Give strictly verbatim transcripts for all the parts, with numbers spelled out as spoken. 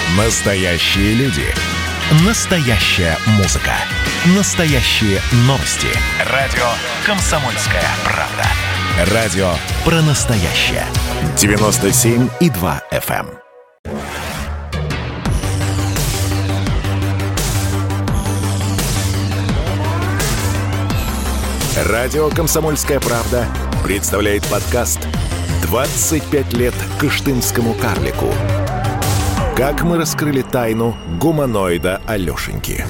Настоящие люди. Настоящая музыка. Настоящие новости. Радио «Комсомольская правда». Радио про настоящее. девяносто семь и два эф эм. Радио «Комсомольская правда» представляет подкаст «двадцать пять лет кыштымскому карлику». Как мы раскрыли тайну гуманоида Алешеньки.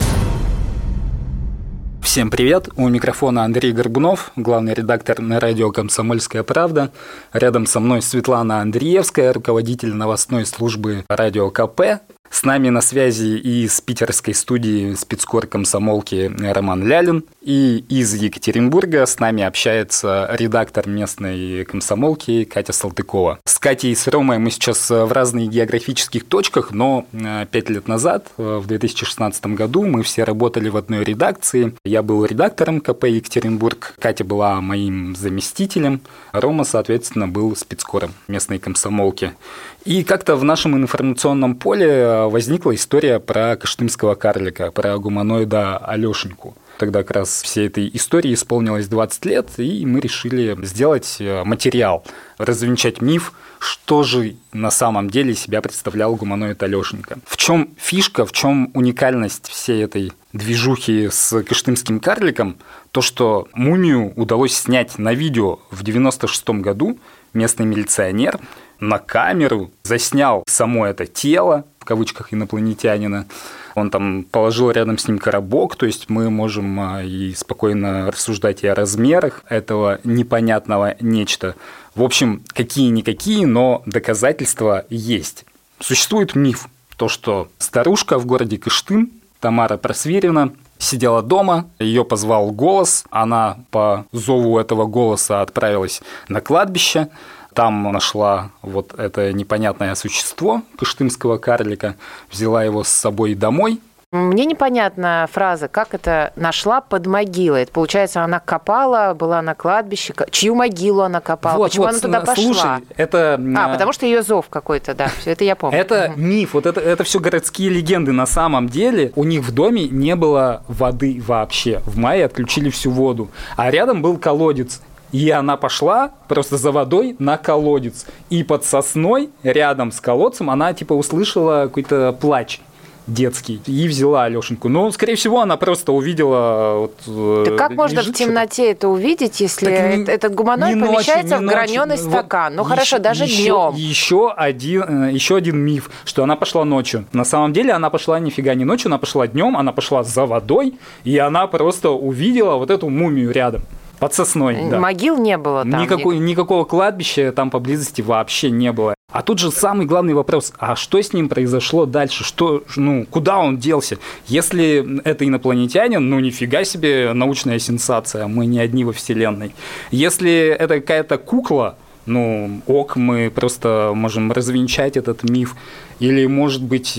Всем привет! У микрофона Андрей Горбунов, главный редактор на радио «Комсомольская правда». Рядом со мной Светлана Андреевская, руководитель новостной службы радио ка пэ. С нами на связи и из питерской студии спецкор комсомолки Роман Лялин, и из Екатеринбурга с нами общается редактор местной комсомолки Катя Салтыкова. С Катей и с Ромой мы сейчас в разных географических точках, но пять лет назад, в две тысячи шестнадцатом году, мы все работали в одной редакции. Я был редактором ка пэ Екатеринбург, Катя была моим заместителем, Рома, соответственно, был спецкором местной комсомолки. И как-то в нашем информационном поле возникла история про кыштымского карлика, про гуманоида Алешеньку. Тогда как раз всей этой истории исполнилось двадцать лет, и мы решили сделать материал, развенчать миф, что же на самом деле себя представлял гуманоид Алешенька. В чем фишка, в чем уникальность всей этой движухи с кыштымским карликом? То, что мумию удалось снять на видео в девяносто шестом году, местный милиционер на камеру заснял само это тело, в кавычках, инопланетянина. Он там положил рядом с ним коробок, то есть мы можем и спокойно рассуждать и о размерах этого непонятного нечто. В общем, какие-никакие, но доказательства есть. Существует миф, то, что старушка в городе Кыштым, Тамара Просвирина, сидела дома, ее позвал голос, она по зову этого голоса отправилась на кладбище. Там нашла вот это непонятное существо кыштымского карлика, взяла его с собой домой. Мне непонятна фраза, как это нашла под могилой. Это, получается, она копала, была на кладбище. Чью могилу она копала? Вот, Почему вот, она туда пошла? Слушай, это... А, потому что ее зов какой-то, да, все это я помню. Это миф, вот это, это все городские легенды. На самом деле у них в доме не было воды вообще. В мае отключили всю воду. А рядом был колодец. И она пошла просто за водой на колодец. И под сосной, рядом с колодцем, она типа услышала какой-то плач детский. И взяла Алешеньку. Но, скорее всего, она просто увидела... Вот, так как можно в темноте это увидеть, если так, этот гуманоид не помещается ночью, в граненый ночью. Стакан? Ну, хорошо, еще, даже еще, днем. Еще один, еще один миф, что она пошла ночью. На самом деле она пошла нифига не ночью, она пошла днем, она пошла за водой, и она просто увидела вот эту мумию рядом. Под сосной, да. Могил не было там. Никакой, никакого кладбища там поблизости вообще не было. А тут же самый главный вопрос, а что с ним произошло дальше? Что, ну, куда он делся? Если это инопланетянин, ну, нифига себе научная сенсация, мы не одни во Вселенной. Если это какая-то кукла, ну, ок, мы просто можем развенчать этот миф. Или, может быть,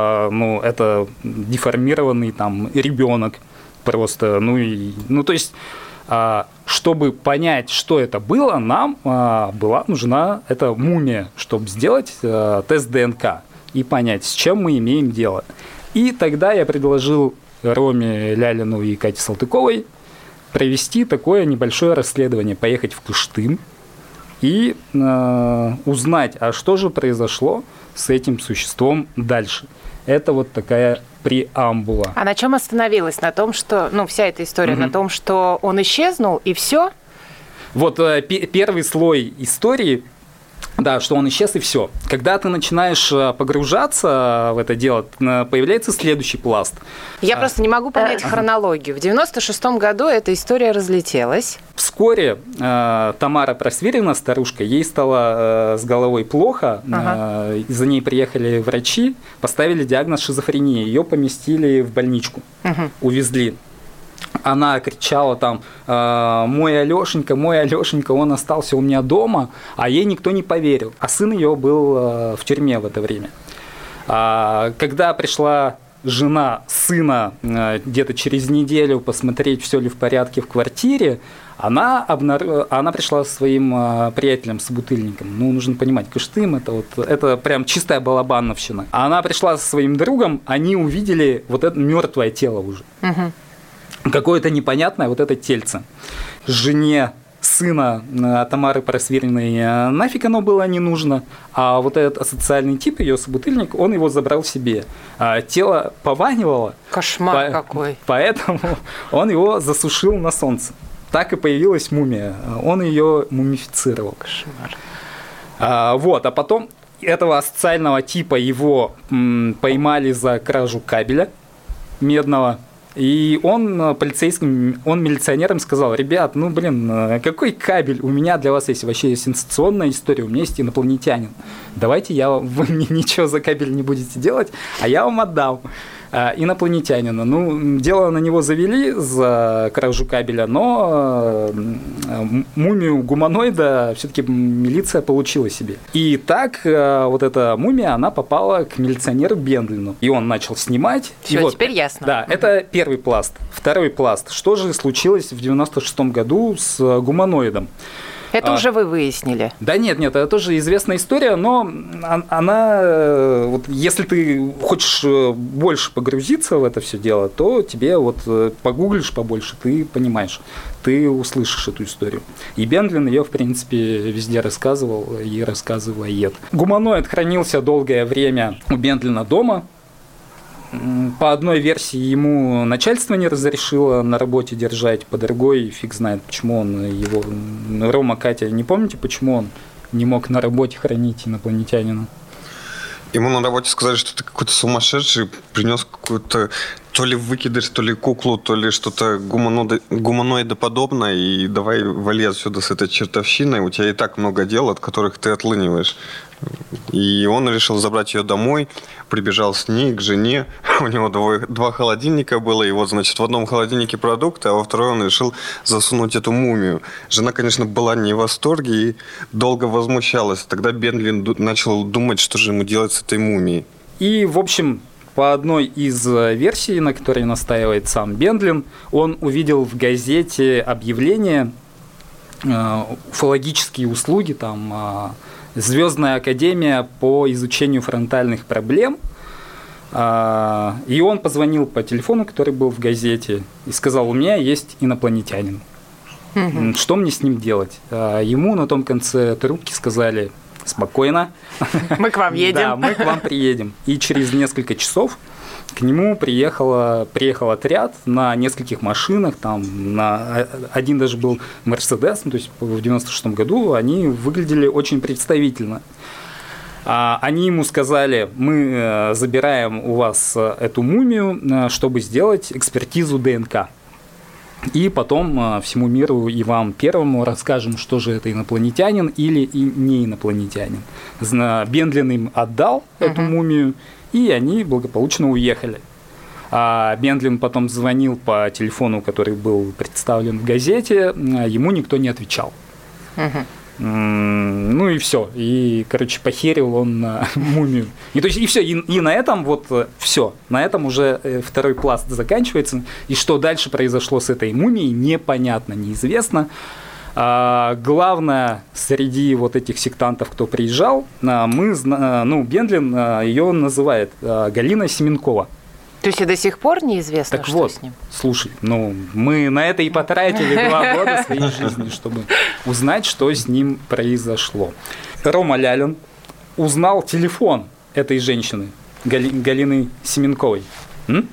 ну, это деформированный там ребенок просто, ну, и, ну, то есть... Чтобы понять, что это было, нам была нужна эта мумия, чтобы сделать тест дэ эн ка и понять, с чем мы имеем дело. И тогда я предложил Роме Лялину и Кате Салтыковой провести такое небольшое расследование, поехать в Кыштым и узнать, а что же произошло с этим существом дальше. Это вот такая преамбула. А на чем остановилась? На том, что, ну, вся эта история, угу. на том, что он исчезнул, и все? Вот э, п- первый слой истории, да, что он исчез, и все. Когда ты начинаешь погружаться в это дело, появляется следующий пласт. Я а, просто не могу понять а, хронологию. В девяносто шестом году эта история разлетелась. Вскоре э, Тамара Просвирина, старушка, ей стало э, с головой плохо. Ага. Э, за ней приехали врачи, поставили диагноз шизофрения. Ее поместили в больничку, угу. увезли. Она кричала там: «Мой Алешенька, мой Алешенька, он остался у меня дома», а ей никто не поверил. А сын ее был в тюрьме в это время. Когда пришла жена сына где-то через неделю посмотреть, все ли в порядке в квартире, она, обнар... она пришла со своим приятелем, с собутыльником. Ну, нужно понимать, Кыштым – это, вот, это прям чистая балабановщина. Она пришла со своим другом, они увидели вот это мертвое тело уже. Угу. Какое-то непонятное вот это тельце. Жене сына Тамары Просвириной нафиг оно было не нужно, а вот этот асоциальный тип, ее собутыльник, он его забрал себе. А тело пованивало. Кошмар по- какой. Поэтому он его засушил на солнце. Так и появилась мумия. Он ее мумифицировал. Кошмар. А, вот, а потом этого асоциального типа его м, поймали за кражу кабеля медного. И он полицейским, он милиционерам сказал: ребят, ну, блин, какой кабель? У меня для вас есть вообще сенсационная история, у меня есть инопланетянин. Давайте я, вы мне ничего за кабель не будете делать, а я вам отдам инопланетянина. Ну, дело на него завели за кражу кабеля, но мумию гуманоида все-таки милиция получила себе. И так вот эта мумия, она попала к милиционеру Бендлину. И он начал снимать. Все, вот, теперь ясно. Да, это первый пласт. Второй пласт. Что же случилось в девяносто шестом году с гуманоидом? Это а, уже вы выяснили. Да нет, нет, это тоже известная история, но она, вот, если ты хочешь больше погрузиться в это все дело, то тебе вот погуглишь побольше, ты понимаешь, ты услышишь эту историю. И Бендлин ее, в принципе, везде рассказывал и рассказывает. Гуманоид хранился долгое время у Бендлина дома. По одной версии ему начальство не разрешило на работе держать, по другой фиг знает, почему он его... Рома, Катя, не помните, почему он не мог на работе хранить инопланетянина? Ему на работе сказали, что ты какой-то сумасшедший, принес какую-то то ли выкидыш, то ли куклу, то ли что-то гуманоида, гуманоидоподобное, и давай вали отсюда с этой чертовщиной, у тебя и так много дел, от которых ты отлыниваешь. И он решил забрать ее домой, прибежал с ней к жене, у него двое, два холодильника было, и вот, значит, в одном холодильнике продукты, а во второй он решил засунуть эту мумию. Жена, конечно, была не в восторге и долго возмущалась. Тогда Бендлин начал думать, что же ему делать с этой мумией. И, в общем, по одной из версий, на которой настаивает сам Бендлин, он увидел в газете объявление, уфологические услуги, там, Звездная академия по изучению фронтальных проблем. И он позвонил по телефону, который был в газете, и сказал: у меня есть инопланетянин. Угу. Что мне с ним делать? Ему на том конце трубки сказали: спокойно. Мы к вам едем. Да, мы к вам приедем. И через несколько часов к нему приехала, приехал отряд на нескольких машинах, там на, один даже был Мерседес, ну, то есть в девяносто шестом году они выглядели очень представительно. А, они ему сказали: мы забираем у вас эту мумию, чтобы сделать экспертизу ДНК. И потом всему миру и вам первому расскажем, что же это, инопланетянин или и не инопланетянин. Бендлин им отдал uh-huh. эту мумию, и они благополучно уехали. А Бендлин потом звонил по телефону, который был представлен в газете, ему никто не отвечал. Uh-huh. Ну и все. И, короче, похерил он мумию. И, то есть, и все. И, и на этом вот все. На этом уже второй пласт заканчивается. И что дальше произошло с этой мумией, непонятно, неизвестно. А, главное, среди вот этих сектантов, кто приезжал, мы, ну, Бендлин ее называет Галина Семенкова. То есть и до сих пор неизвестно, так что вот, с ним? Слушай, ну, мы на это и потратили два года своей жизни, чтобы узнать, что с ним произошло. Рома Лялин узнал телефон этой женщины, Гали, Галины Семенковой. М?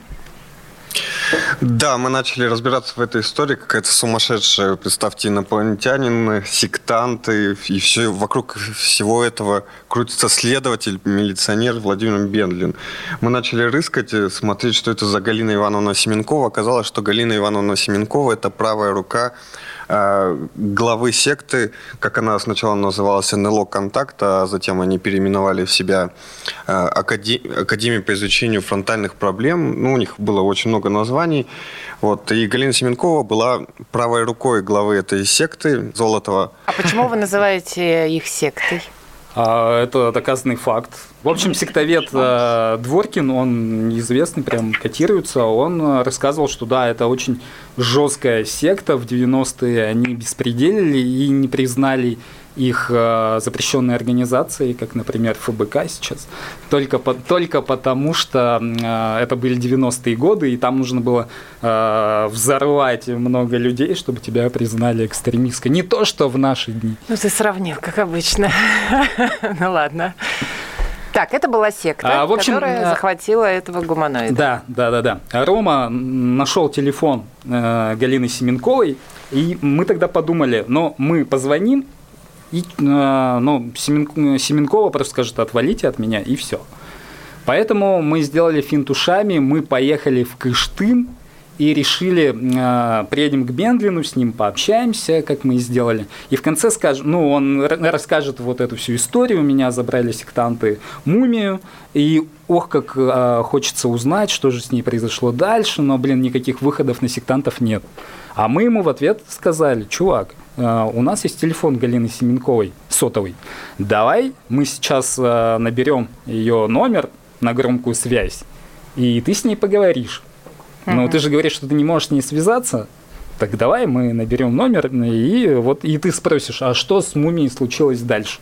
Да, мы начали разбираться в этой истории, какая-то сумасшедшая, представьте, инопланетянин, сектанты, и все, вокруг всего этого крутится следователь, милиционер Владимир Бендлин. Мы начали рыскать, смотреть, что это за Галина Ивановна Семенкова. Оказалось, что Галина Ивановна Семенкова – это правая рука э, главы секты, как она сначала называлась, эн эл о «Контакт», а затем они переименовали в себя э, Академ... Академию по изучению фронтальных проблем. Ну, у них было очень много названий. Вот. И Галина Семенкова была правой рукой главы этой секты, Золотова. А почему вы называете их сектой? Это доказанный факт. В общем, сектовед Дворкин, он известный, прям котируется, он рассказывал, что да, это очень жесткая секта, в девяностые они беспределили и не признали их запрещенной организацией, как, например, эф бэ ка сейчас, только, по, только потому, что это были девяностые годы, и там нужно было взорвать много людей, чтобы тебя признали экстремисткой. Не то, что в наши дни. Ну, ты сравнил, как обычно. Ну, ладно. Так, это была секта, а, в общем, которая захватила этого гуманоида. Да, да, да, да. Рома нашел телефон э, Галины Семенковой, и мы тогда подумали, но мы позвоним, и э, ну, Семен, Семенкова просто скажет: отвалите от меня, и все. Поэтому мы сделали финт ушами, мы поехали в Кыштым, и решили, э, приедем к Бендлину, с ним пообщаемся, как мы и сделали. И в конце скажем, ну, он расскажет вот эту всю историю. У меня забрали сектанты мумию. И ох, как э, хочется узнать, что же с ней произошло дальше. Но, блин, никаких выходов на сектантов нет. А мы ему в ответ сказали: чувак, э, у нас есть телефон Галины Семенковой, сотовый. Давай мы сейчас э, наберем ее номер на громкую связь, и ты с ней поговоришь. Но ты же говоришь, что ты не можешь с ней связаться. Так давай мы наберем номер, и вот и ты спросишь, а что с мумией случилось дальше?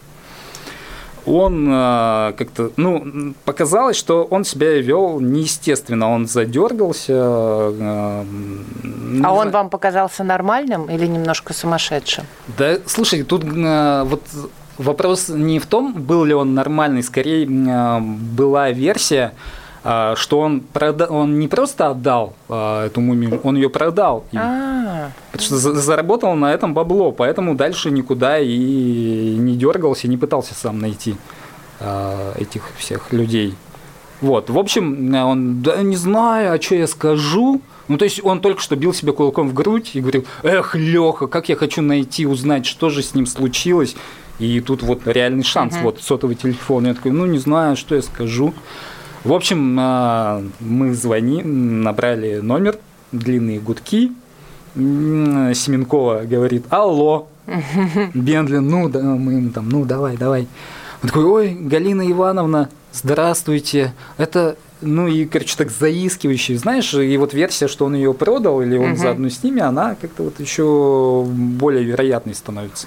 Он э, как-то, ну, показалось, что он себя вел неестественно. Он задергался. Э, а он вам показался нормальным или немножко сумасшедшим? Да, слушай, тут э, вот вопрос не в том, был ли он нормальный, скорее э, была версия, что он, прода... он не просто отдал а, эту мумию, он ее продал. А-а-а. Потому что заработал на этом бабло, поэтому дальше никуда и не дергался, не пытался сам найти а, этих всех людей. Вот, в общем, он, да не знаю, а что я скажу. Ну, то есть он только что бил себя кулаком в грудь и говорил: эх, Леха, как я хочу найти, узнать, что же с ним случилось. И тут вот реальный шанс, uh-huh. вот сотовый телефон. Я такой: ну, не знаю, что я скажу. В общем, мы звоним, набрали номер, длинные гудки. Семенкова говорит: алло. Бендлин: ну, да, мы там, ну, давай, давай. Он такой: ой, Галина Ивановна, здравствуйте. Это, ну, и, короче, так заискивающий. Знаешь, и вот версия, что он ее продал, или он uh-huh. заодно с ними, она как-то вот еще более вероятной становится.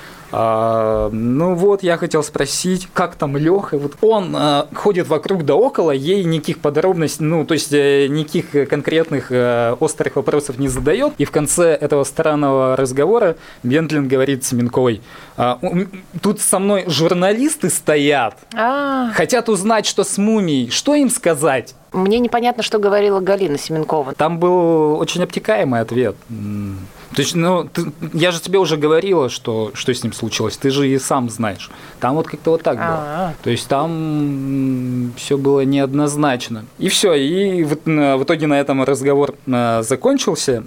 А, ну вот, я хотел спросить, как там Леха? Вот он а, ходит вокруг да около, ей никаких подробностей, ну, то есть никаких конкретных а, острых вопросов не задает. И в конце этого странного разговора Бендлин говорит Семенковой: а, тут со мной журналисты стоят, А-а-а. хотят узнать, что с мумией, что им сказать? Мне непонятно, что говорила Галина Семенкова. Там был очень обтекаемый ответ. То есть, ну, ты, я же тебе уже говорила, что, что с ним случилось. Ты же и сам знаешь. Там вот как-то вот так было. А-а-а. То есть там все было неоднозначно. И все. И в, в итоге на этом разговор а, закончился.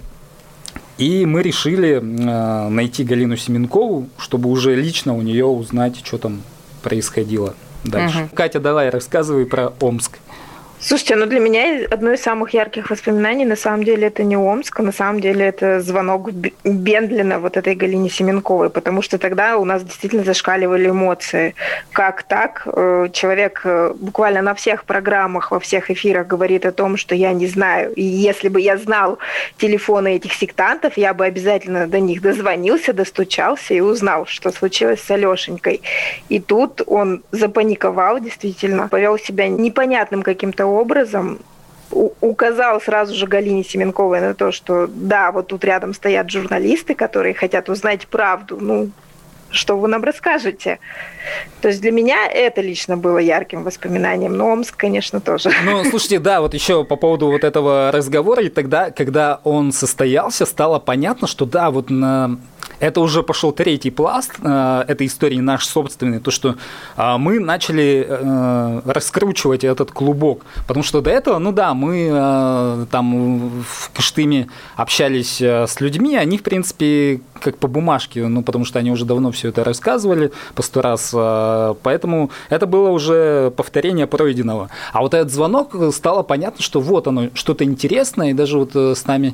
И мы решили а, найти Галину Семенкову, чтобы уже лично у нее узнать, что там происходило дальше. Угу. Катя, давай рассказывай про Омск. Слушайте, ну для меня одно из самых ярких воспоминаний, на самом деле, это не Омск, а на самом деле это звонок Бендлина вот этой Галине Семенковой, потому что тогда у нас действительно зашкаливали эмоции. Как так? Человек буквально на всех программах, во всех эфирах говорит о том, что я не знаю. И если бы я знал телефоны этих сектантов, я бы обязательно до них дозвонился, достучался и узнал, что случилось с Алешенькой. И тут он запаниковал, действительно, повел себя непонятным каким-то образом, указал сразу же Галине Семенковой на то, что да, вот тут рядом стоят журналисты, которые хотят узнать правду. Ну, что вы нам расскажете? То есть для меня это лично было ярким воспоминанием, но Омск, конечно, тоже. Ну, слушайте, да, вот еще по поводу вот этого разговора, и тогда, когда он состоялся, стало понятно, что да, вот на... Это уже пошел третий пласт э, этой истории, наш собственный, то, что э, мы начали э, раскручивать этот клубок. Потому что до этого, ну да, мы э, там в Кыштыме общались э, с людьми, они, в принципе, как по бумажке, ну, потому что они уже давно все это рассказывали по сто раз, э, поэтому это было уже повторение пройденного. А вот этот звонок, стало понятно, что вот оно, что-то интересное, и даже вот э, с нами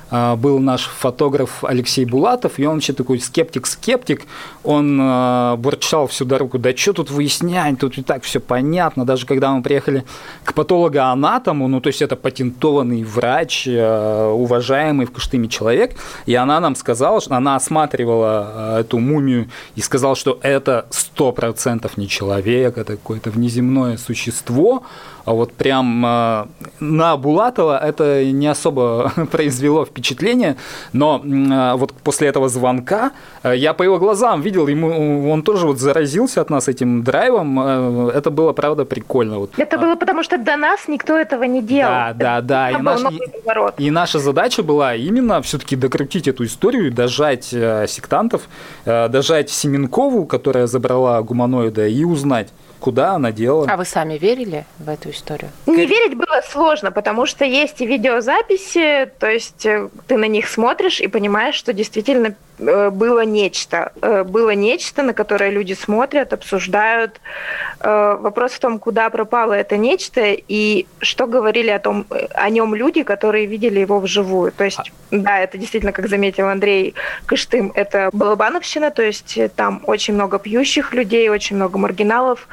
был наш фотограф Алексей Булатов, и он вообще такой скептик-скептик, он бурчал всю дорогу, да что тут выяснять, тут и так все понятно, даже когда мы приехали к патологоанатому, ну, то есть это патентованный врач, уважаемый в Кыштыме человек, и она нам сказала, что она осматривала эту мумию и сказала, что это сто процентов не человек, это какое-то внеземное существо, а вот прям на Булатова это не особо произвело впечатление, но вот после этого звонка я по его глазам видел, ему, он тоже вот заразился от нас этим драйвом, это было, правда, прикольно. Вот. Это было потому, что до нас никто этого не делал. Да, да, да. И, наш, и, и наша задача была именно все-таки докрутить эту историю, дожать сектантов, дожать Семенкову, которая забрала гуманоида, и узнать, куда она делала. А вы сами верили в эту историю? Не верить было сложно, потому что есть и видеозаписи, то есть ты на них смотришь и понимаешь, что действительно было нечто. Было нечто, на которое люди смотрят, обсуждают. Вопрос в том, куда пропало это нечто и что говорили о том, о нем люди, которые видели его вживую. То есть, да, это действительно, как заметил Андрей, Кыштым, это балабановщина, то есть там очень много пьющих людей, очень много маргиналов.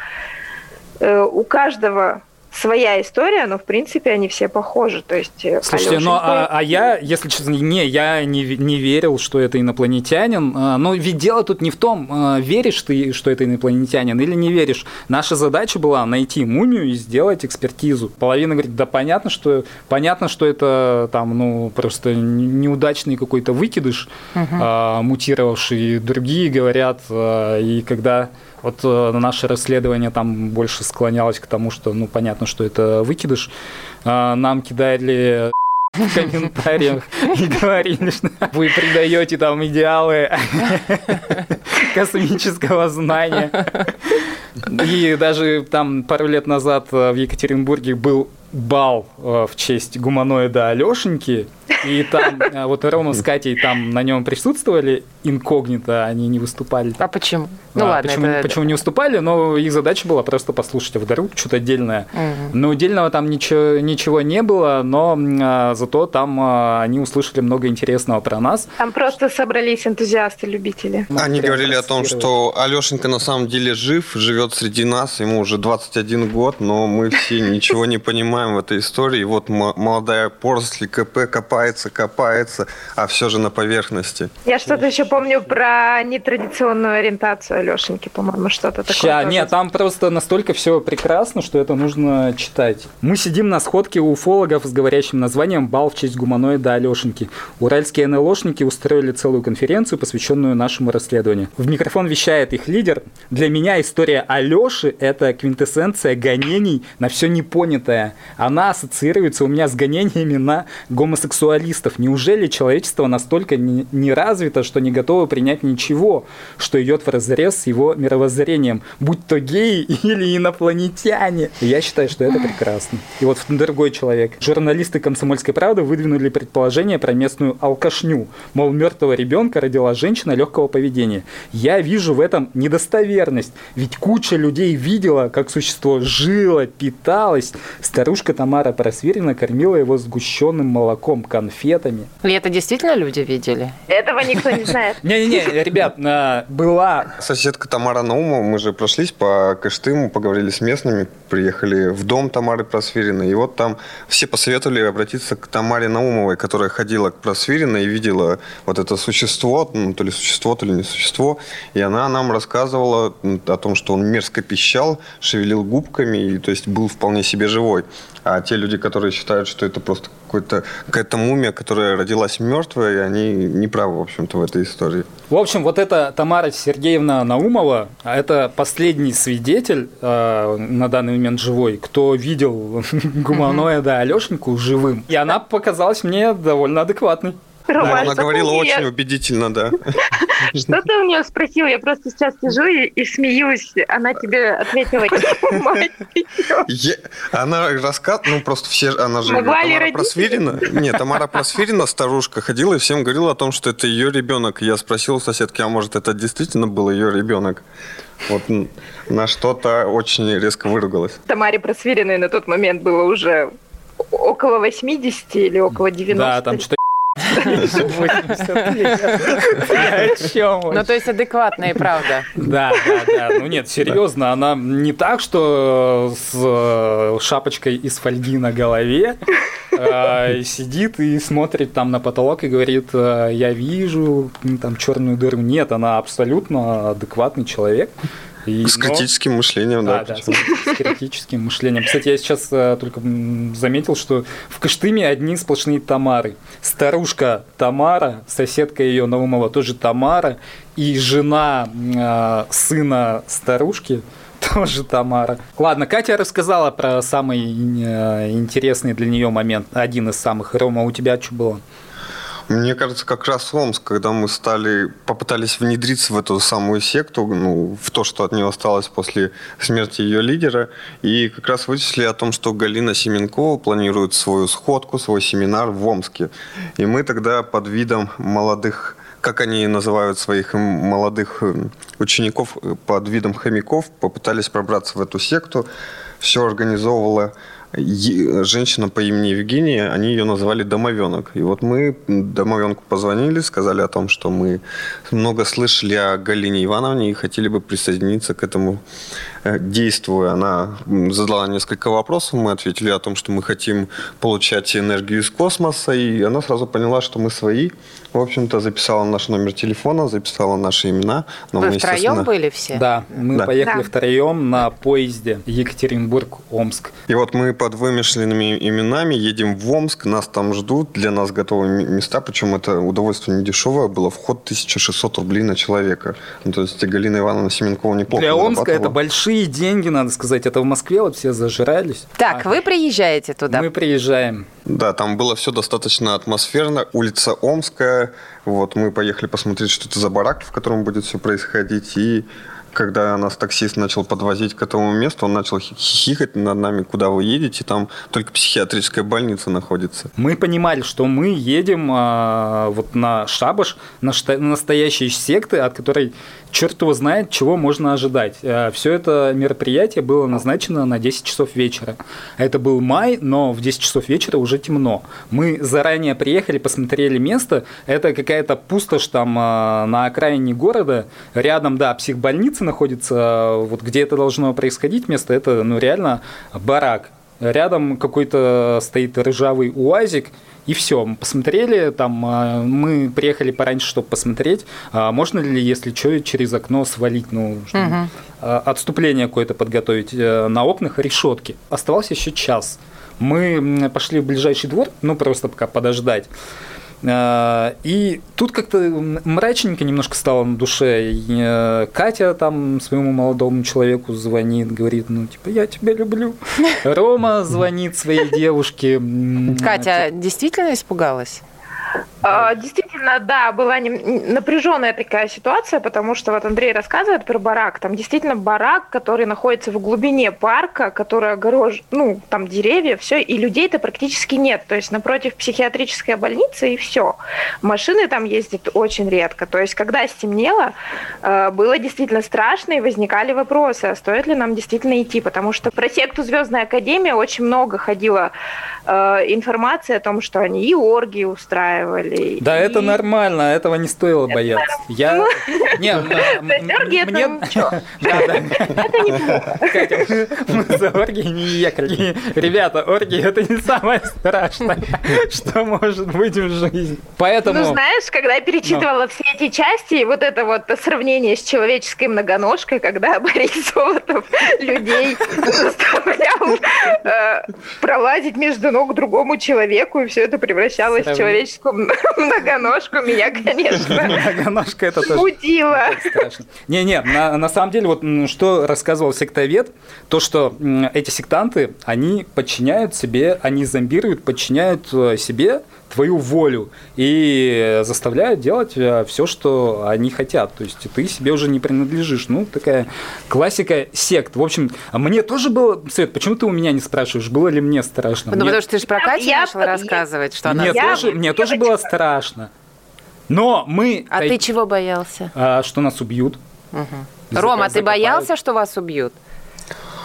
У каждого своя история, но в принципе они все похожи. То есть, слушайте, ну а, а я, если честно, не, я не, не верил, что это инопланетянин. Но ведь дело тут не в том, веришь ты, что это инопланетянин, или не веришь. Наша задача была найти мумию и сделать экспертизу. Половина говорит, да понятно, что понятно, что это там, ну, просто неудачный какой-то выкидыш, угу. а, мутировавший. Другие говорят, а, и когда вот наше расследование там больше склонялось к тому, что, ну, понятно, что это выкидыш. Нам кидали в комментариях и говорили, что вы предаете там идеалы космического знания. И даже там пару лет назад в Екатеринбурге был бал в честь гуманоида Алёшеньки, и там вот Рома с Катей там на нем присутствовали инкогнито, они не выступали. А почему? Ну а, ладно. Почему, это... почему не выступали, но их задача была просто послушать, а вдруг что-то отдельное. Угу. Но отдельного там ничего, ничего не было, но а, зато там а, они услышали много интересного про нас. Там просто собрались энтузиасты-любители. Они говорили о том, что Алёшенька на самом деле жив, живет среди нас, ему уже двадцать один год, но мы все ничего не понимаем в этой истории. И вот молодая поросль КП копается, копается, а все же на поверхности. Я что-то еще помню про нетрадиционную ориентацию Алёшеньки, по-моему, что-то такое. Ща, нет, там просто настолько все прекрасно, что это нужно читать. Мы сидим на сходке у уфологов с говорящим названием «Бал в честь гуманоида Алёшеньки». Уральские НЛОшники устроили целую конференцию, посвященную нашему расследованию. В микрофон вещает их лидер. Для меня история Алёши – это квинтэссенция гонений на все непонятое. Она ассоциируется у меня с гонениями на гомосексуалистов. Неужели человечество настолько не, не развито, что не готово принять ничего, что идет вразрез с его мировоззрением, будь то геи или инопланетяне? И я считаю, что это прекрасно. И вот другой человек. Журналисты «Комсомольской правды» выдвинули предположение про местную алкашню. Мол, мертвого ребенка родила женщина легкого поведения. Я вижу в этом недостоверность. Ведь куча людей видела, как существо жило, питалось. Старушка Тамара Просвирина кормила его сгущенным молоком, конфетами. И это действительно люди видели? Этого никто не знает. Не-не-не, ребят, была... Соседка Тамара Наумова, мы же прошлись по Кыштыму, поговорили с местными, приехали в дом Тамары Просвириной, и вот там все посоветовали обратиться к Тамаре Наумовой, которая ходила к Просвириной и видела вот это существо, ну, то ли существо, то ли не существо, и она нам рассказывала о том, что он мерзко пищал, шевелил губками, и, то есть был вполне себе живой. А те люди, которые считают, что это просто какой-то, какая-то мумия, которая родилась мертвой, они не правы, в общем-то, в этой истории. В общем, вот эта Тамара Сергеевна Наумова, это последний свидетель, э, на данный момент живой, кто видел гуманоида Алёшеньку живым. И она показалась мне довольно адекватной. Да, она говорила очень я... убедительно, да. Что ты у нее спросил? Я просто сейчас сижу и, и смеюсь. Она тебе ответила. Она рассказывала, ну просто все, она же Тамара Просвирина. Нет, Тамара Просвирина, старушка, ходила и всем говорила о том, что это ее ребенок. Я спросил у соседки, а может это действительно был ее ребенок? Вот на что-то очень резко выругалась. Тамаре Просвириной на тот момент было уже около восьмидесяти или около девяноста. Да, там что-то восемьдесят лет. О чем? Ну, то есть адекватная, правда. Да, да, да. Ну нет, серьезно, она не так, что с шапочкой из фольги на голове сидит и смотрит там на потолок и говорит: я вижу там черную дыру. Нет, она абсолютно адекватный человек. И, с критическим но... мышлением, да. Да, да, с критическим мышлением. Кстати, я сейчас а, только заметил, что в Кыштыме одни сплошные Тамары. Старушка Тамара, соседка ее Наумова тоже Тамара, и жена а, сына старушки тоже Тамара. Ладно, Катя рассказала про самый а, интересный для нее момент, один из самых. Рома, у тебя что было? Мне кажется, как раз Омск, когда мы стали, попытались внедриться в эту самую секту, ну, в то, что от нее осталось после смерти ее лидера, и как раз вычислили о том, что Галина Семенкова планирует свою сходку, свой семинар в Омске. И мы тогда под видом молодых, как они называют своих молодых учеников, под видом хомяков попытались пробраться в эту секту. Все организовывала женщина по имени Евгения, они ее называли Домовенок. И вот мы Домовенку позвонили, сказали о том, что мы много слышали о Галине Ивановне и хотели бы присоединиться к этому действию. Она задала несколько вопросов, мы ответили о том, что мы хотим получать энергию из космоса, и она сразу поняла, что мы свои. В общем-то, записала наш номер телефона, записала наши имена. Но Вы мы, втроем естественно... были все? Да, мы да. поехали да. втроем на поезде Екатеринбург-Омск. И вот мы под вымышленными именами едем в Омск, нас там ждут, для нас готовы места, причем это удовольствие не дешевое, было вход тысяча шестьсот рублей на человека. Ну, то есть Галина Ивановна Семенкова неплохо Для Омска это большие деньги, надо сказать, это в Москве вот все зажирались. Так, а вы приезжаете туда? Мы приезжаем. Да, там было все достаточно атмосферно, улица Омская, вот мы поехали посмотреть, что это за барак, в котором будет все происходить, и когда нас таксист начал подвозить к этому месту, он начал хихикать над нами, куда вы едете, там только психиатрическая больница находится. Мы понимали, что мы едем а, вот на шабаш, на шта- настоящие секты, от которой черт его знает, чего можно ожидать. А, все это мероприятие было назначено на десять часов вечера. Это был май, но в десять часов вечера уже темно. Мы заранее приехали, посмотрели место. Это какая-то пустошь там а, на окраине города. Рядом, да, психбольница находится, вот где это должно происходить место, это ну реально барак. Рядом какой-то стоит ржавый уазик, и все. Мы посмотрели, там мы приехали пораньше, чтобы посмотреть, можно ли, если что, через окно свалить, ну, угу. отступление какое-то подготовить. На окнах решетки. Оставался еще час. Мы пошли в ближайший двор, ну, просто пока подождать. И тут как-то мрачненько немножко стало на душе. И Катя там своему молодому человеку звонит, говорит, ну, типа, я тебя люблю. Рома звонит своей девушке. Катя действительно испугалась? Действительно, да, была напряженная такая ситуация, потому что вот Андрей рассказывает про барак. Там действительно барак, который находится в глубине парка, который огорожен, ну, там деревья, все, и людей-то практически нет. То есть напротив психиатрической больницы, и все. Машины там ездят очень редко. То есть когда стемнело, было действительно страшно, и возникали вопросы, а стоит ли нам действительно идти, потому что про секту «Звездная академия» очень много ходило информации о том, что они и оргии устраивали. Да, и... это нормально, этого не стоило это бояться. Я... Ну... Не, оргии это ничего. Это неплохо. Катя, мы за оргии не ехали. Ребята, оргии это не самое страшное, что может быть в жизни. Поэтому... Ну, знаешь, когда я перечитывала все эти части, и вот это вот сравнение с человеческой многоножкой, когда Борис Золотов людей заставлял пролазить между ног другому человеку, и все это превращалось в человеческую многоножку, меня, конечно, многоножка это тоже удила. Не-не, на, на самом деле, вот что рассказывал сектовед, то, что эти сектанты, они подчиняют себе, они зомбируют, подчиняют себе твою волю и заставляют делать все, что они хотят. То есть ты себе уже не принадлежишь. Ну, такая классика сект. В общем, мне тоже было... Свет, почему ты у меня не спрашиваешь, было ли мне страшно? Ну, мне... потому что ты же про Катю я... начала рассказывать, что она... Мне я... тоже, мне тоже было страшно. Но мы... А ты чего боялся? А, что нас убьют. Угу. Рома, ты боялся, что вас убьют?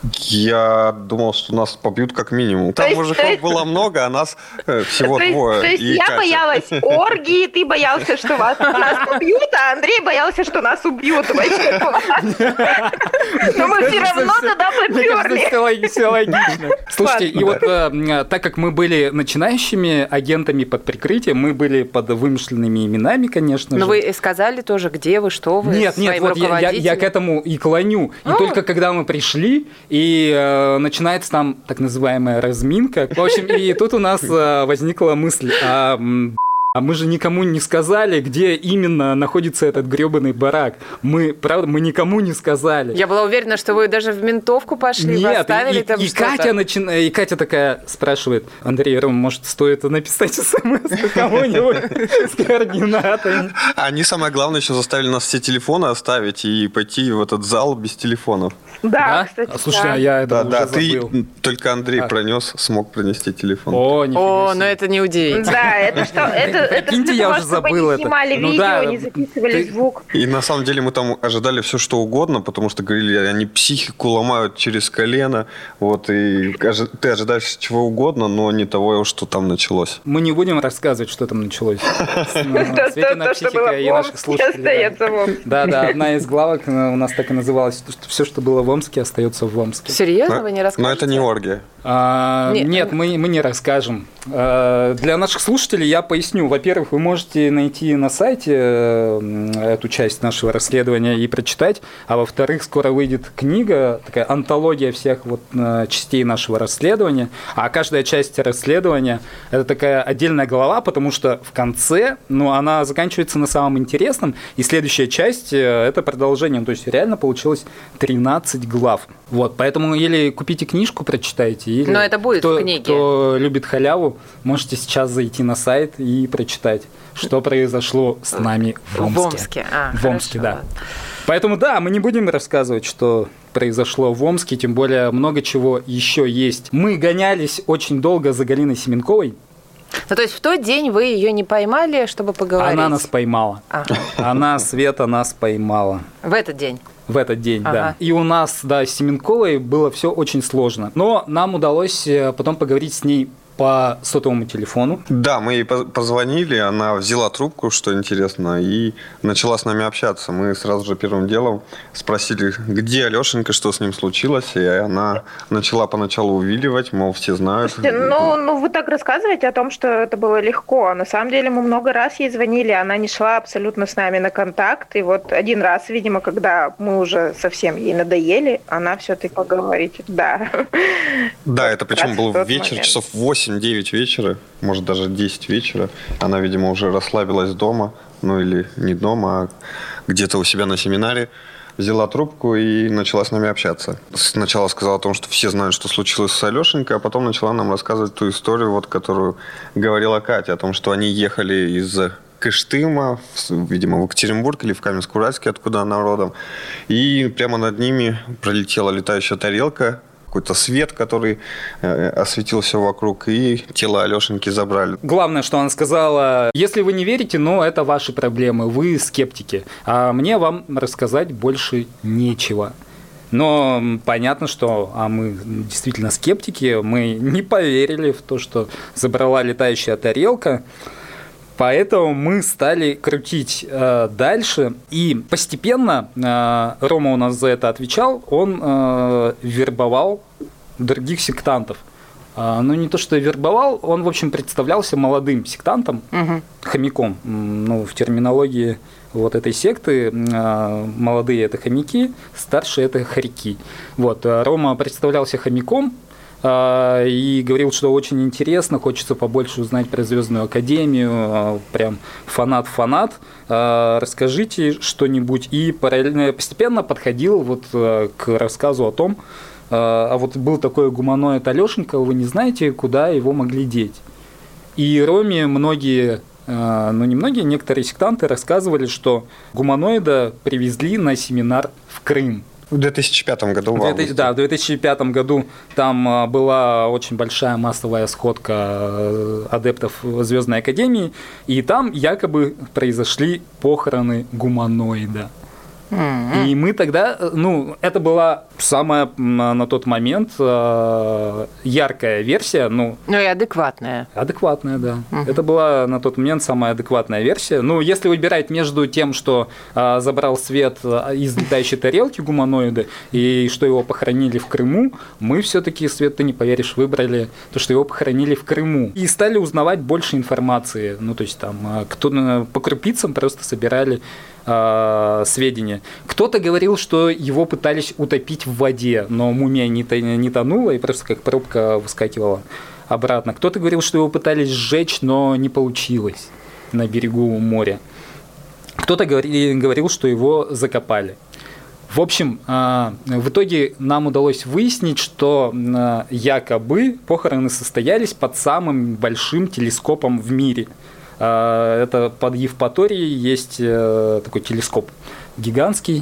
Я думал, что нас побьют как минимум. Там есть, мужиков есть... было много, а нас э, всего то двое. То есть и я Катя. боялась оргии, ты боялся, что вас, нас побьют, а Андрей боялся, что нас убьют. Вообще класс. Но мы все равно туда поперли. Все логично. Слушайте, и вот так как мы были начинающими агентами под прикрытием, мы были под вымышленными именами, конечно же. Но вы сказали тоже, где вы, что вы, Нет, нет, вот я, я, я к этому и клоню. И А. только когда мы пришли, и э, начинается там так называемая разминка. В общем, и тут у нас э, возникла мысль, а, а мы же никому не сказали, где именно находится этот гребаный барак. Мы, правда, мы никому не сказали. Я была уверена, что вы даже в ментовку пошли, Нет, поставили и, там и, что-то. Катя начина... и Катя такая спрашивает: Андрей, Ром, может, стоит написать смс кому-нибудь с координатами? Они, самое главное, еще заставили нас все телефоны оставить и пойти в этот зал без телефонов. Да, кстати, Слушай, да. а я это Да, уже да, забыл. ты только Андрей А. пронес, смог пронести телефон. О, нифига О, себе. ну это не удивительно. Да, это что? Это, это Прикиньте, для я того, уже чтобы забыл не это. снимали Ну видео, да, не записывали ты- звук. И на самом деле мы там ожидали все, что угодно, потому что говорили, они психику ломают через колено. Вот, и ожи- ты ожидаешь чего угодно, но не того, что там началось. Мы не будем рассказывать, что там началось. То, Светина то, что психика было и в наших Омске, слушателей. остается в Омске. Да, да, одна из главок э, у нас так и называлась, что все, что было в Омске, остается в Омске. Серьезно, Но, вы не но расскажете? это не оргия. А, Нет. нет, мы, мы не расскажем. А, для наших слушателей я поясню. Во-первых, вы можете найти на сайте э, эту часть нашего расследования и прочитать. А во-вторых, скоро выйдет книга, такая антология всех вот э, частей нашего расследования. А каждая часть расследования – это такая отдельная глава, потому что в конце, ну, она заканчивается на самом интересном. И следующая часть э, – это продолжение. То есть реально получилось тринадцать глав. Вот, поэтому или купите книжку, прочитайте, или Но это будет кто, в книге. кто любит халяву, можете сейчас зайти на сайт и прочитать, что произошло с нами в Омске. В Омске, а, В Омске, хорошо, да. ладно. Поэтому да, мы не будем рассказывать, что произошло в Омске, тем более много чего еще есть. Мы гонялись очень долго за Галиной Семенковой. Ну, то есть в тот день вы ее не поймали, чтобы поговорить? Она нас поймала. Ага. Она, Света, нас поймала. В этот день? В этот день, Ага. да. И у нас, да, с Семенковой было все очень сложно. Но нам удалось э, потом поговорить с ней по сотовому телефону. Да, мы ей поз- позвонили, она взяла трубку, что интересно, и начала с нами общаться. Мы сразу же первым делом спросили, где Алешенька, что с ним случилось, и она начала поначалу увиливать, мол, все знают. Слушайте, ну, ну, вы так рассказываете о том, что это было легко. На самом деле мы много раз ей звонили, она не шла абсолютно с нами на контакт. И вот один раз, видимо, когда мы уже совсем ей надоели, она все-таки поговорит. Да. Да, это причем Раз был в тот вечер, момент. часов восемь-девять вечера, может, даже десять вечера. Она, видимо, уже расслабилась дома, ну или не дома, а где-то у себя на семинаре. Взяла трубку и начала с нами общаться. Сначала сказала о том, что все знают, что случилось с Алешенькой, а потом начала нам рассказывать ту историю, вот, которую говорила Катя, о том, что они ехали из Кыштыма, в- видимо, в Екатеринбург или в Каменск-Уральск, откуда она родом. И прямо над ними пролетела летающая тарелка, какой-то свет, который э, осветил все вокруг, и тело Алешеньки забрали. Главное, что она сказала: если вы не верите, ну, это ваши проблемы, вы скептики. А мне вам рассказать больше нечего. Но м, понятно, что а мы действительно скептики, мы не поверили в то, что забрала летающая тарелка. Поэтому мы стали крутить э, дальше, и постепенно э, Рома у нас за это отвечал, он э, вербовал других сектантов. А, ну, не то, что вербовал, он, в общем, представлялся молодым сектантом, Мгм. хомяком. М, Ну, в терминологии вот этой секты э, молодые – это хомяки, старшие – это хорьки. Вот, э, Рома представлялся хомяком, э, и говорил, что очень интересно, хочется побольше узнать про Звездную Академию, э, прям фанат-фанат, э, расскажите что-нибудь. И параллельно постепенно подходил вот э, к рассказу о том, э, а вот был такой гуманоид Алешенька, вы не знаете, куда его могли деть. И Роме многие, э, ну не многие, некоторые сектанты рассказывали, что гуманоида привезли на семинар в Крым. В две тысячи пятом году в В две тысячи августе. Да, в две тысячи пятом году там а, была очень большая массовая сходка э, адептов Звездной Академии, и там якобы произошли похороны гуманоида. М-м. И мы тогда, э, ну, это была Самая на тот момент яркая версия, ну... Ну и адекватная. Адекватная, да. Угу. Это была на тот момент самая адекватная версия. Ну, если выбирать между тем, что забрал свет из летающей тарелки гуманоида и что его похоронили в Крыму, мы все-таки, Свет, ты не поверишь, выбрали то, что его похоронили в Крыму. И стали узнавать больше информации. Ну, то есть там кто по крупицам просто собирали сведения. Кто-то говорил, что его пытались утопить в воде, но мумия не тонула и просто как пробка выскакивала обратно. Кто-то говорил, что его пытались сжечь, но не получилось на берегу моря. Кто-то говорил, что его закопали. В общем, в итоге нам удалось выяснить, что якобы похороны состоялись под самым большим телескопом в мире. Это под Евпаторией есть такой телескоп гигантский.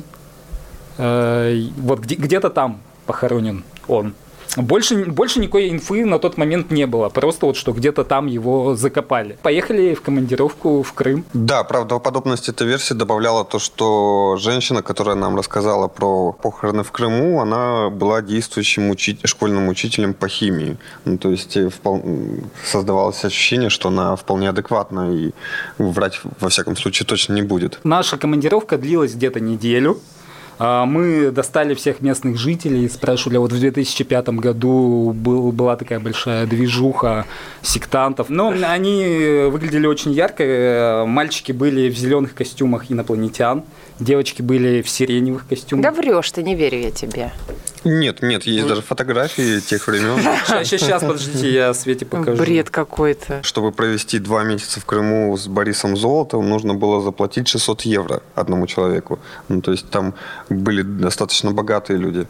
Вот где-то там похоронен он. Больше, больше никакой инфы на тот момент не было. Просто вот что где-то там его закопали. Поехали в командировку в Крым. Да, правдоподобность этой версии добавляла то, что женщина, которая нам рассказала про похороны в Крыму, она была действующим учи- школьным учителем по химии. Ну, то есть впол... создавалось ощущение, что она вполне адекватна и врать во всяком случае точно не будет. Наша командировка длилась где-то неделю. Мы достали всех местных жителей, спрашивали, вот в две тысячи пятом году был, была такая большая движуха сектантов, но они выглядели очень ярко, мальчики были в зеленых костюмах инопланетян, девочки были в сиреневых костюмах. Да врешь ты, не верю я тебе. Нет, нет, есть даже фотографии тех времен. Сейчас, сейчас, подождите, я Свете покажу. Бред какой-то. Чтобы провести два месяца в Крыму с Борисом Золотовым, нужно было заплатить шестьсот евро одному человеку. Ну, то есть там были достаточно богатые люди.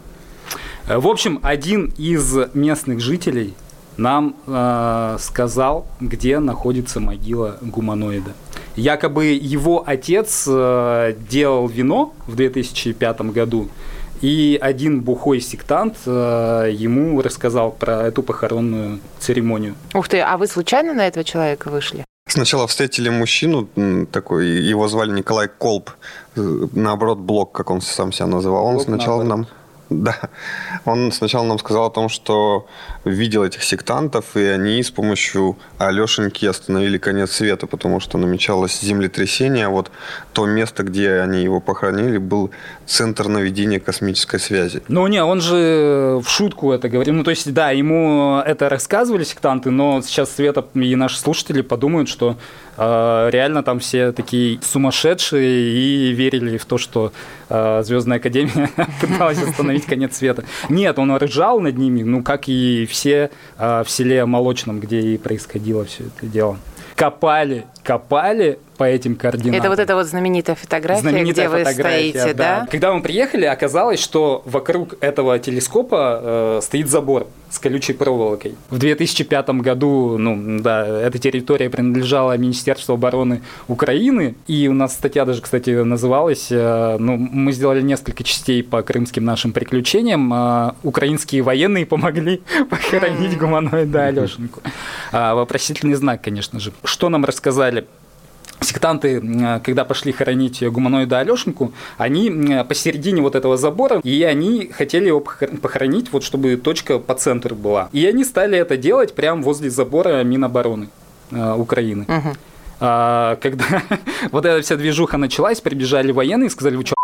В общем, один из местных жителей нам э, сказал, где находится могила гуманоида. Якобы его отец э, делал вино в две тысячи пятом году, и один бухой сектант э, ему рассказал про эту похоронную церемонию. Ух ты, а вы случайно на этого человека вышли? Сначала встретили мужчину такой, его звали Николай Колб, наоборот, Блок, как он сам себя называл. Он Блок, сначала наоборот. нам... Да, он сначала нам сказал о том, что видел этих сектантов, и они с помощью Алешеньки остановили конец света, потому что намечалось землетрясение. А вот то место, где они его похоронили, был центр наведения космической связи. Ну, не, он же в шутку это говорил. Ну, то есть, да, ему это рассказывали сектанты, но сейчас Света и наши слушатели подумают, что э, реально там все такие сумасшедшие и верили в то, что э, Звездная Академия пыталась остановить конец света. Нет, он ржал над ними, ну, как и все э, в селе Молочном, где и происходило все это дело. Копали, копали по этим координатам. Это вот эта вот знаменитая фотография, знаменитая где фотография, вы стоите, да? да? Когда мы приехали, оказалось, что вокруг этого телескопа э, стоит забор с колючей проволокой. В две тысячи пятом году, ну, да, эта территория принадлежала Министерству обороны Украины, и у нас статья даже, кстати, называлась, э, ну, мы сделали несколько частей по крымским нашим приключениям, э, украинские военные помогли похоронить гуманоида Алешеньку. А, вопросительный знак, конечно же. Что нам рассказали? Сектанты, когда пошли хоронить гуманоида Алешеньку, они посередине вот этого забора, и они хотели его похоронить, вот чтобы точка по центру была. И они стали это делать прямо возле забора Минобороны э, Украины. Угу. А, когда вот эта вся движуха началась, прибежали военные и сказали, вы что,